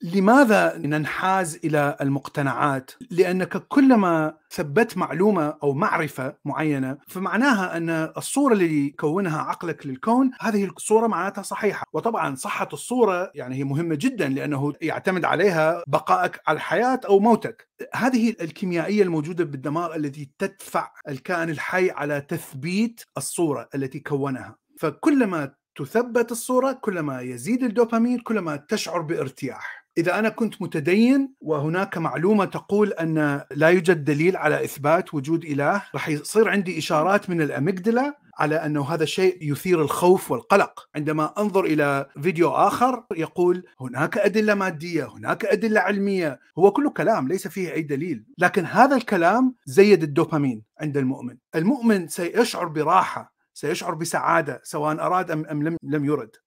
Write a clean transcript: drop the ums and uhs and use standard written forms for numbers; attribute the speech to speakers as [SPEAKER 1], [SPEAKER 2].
[SPEAKER 1] لماذا ننحاز إلى المقتنعات؟ لأنك كلما ثبت معلومة أو معرفة معينة فمعناها أن الصورة اللي يكونها عقلك للكون هذه الصورة معناتها صحيحة. وطبعا صحة الصورة يعني هي مهمة جدا لأنه يعتمد عليها بقائك على الحياة أو موتك. هذه الكيميائية الموجودة بالدماغ التي تدفع الكائن الحي على تثبيت الصورة التي كونها. فكلما تثبت الصورة كلما يزيد الدوبامين، كلما تشعر بارتياح. إذا أنا كنت متدين وهناك معلومة تقول أن لا يوجد دليل على إثبات وجود إله، راح يصير عندي إشارات من الأميجدلا على أنه هذا الشيء يثير الخوف والقلق. عندما أنظر إلى فيديو آخر يقول هناك أدلة مادية، هناك أدلة علمية، هو كله كلام ليس فيه أي دليل، لكن هذا الكلام زيد الدوبامين عند المؤمن. المؤمن سيشعر براحة، سيشعر بسعادة سواء أراد أم لم يرد.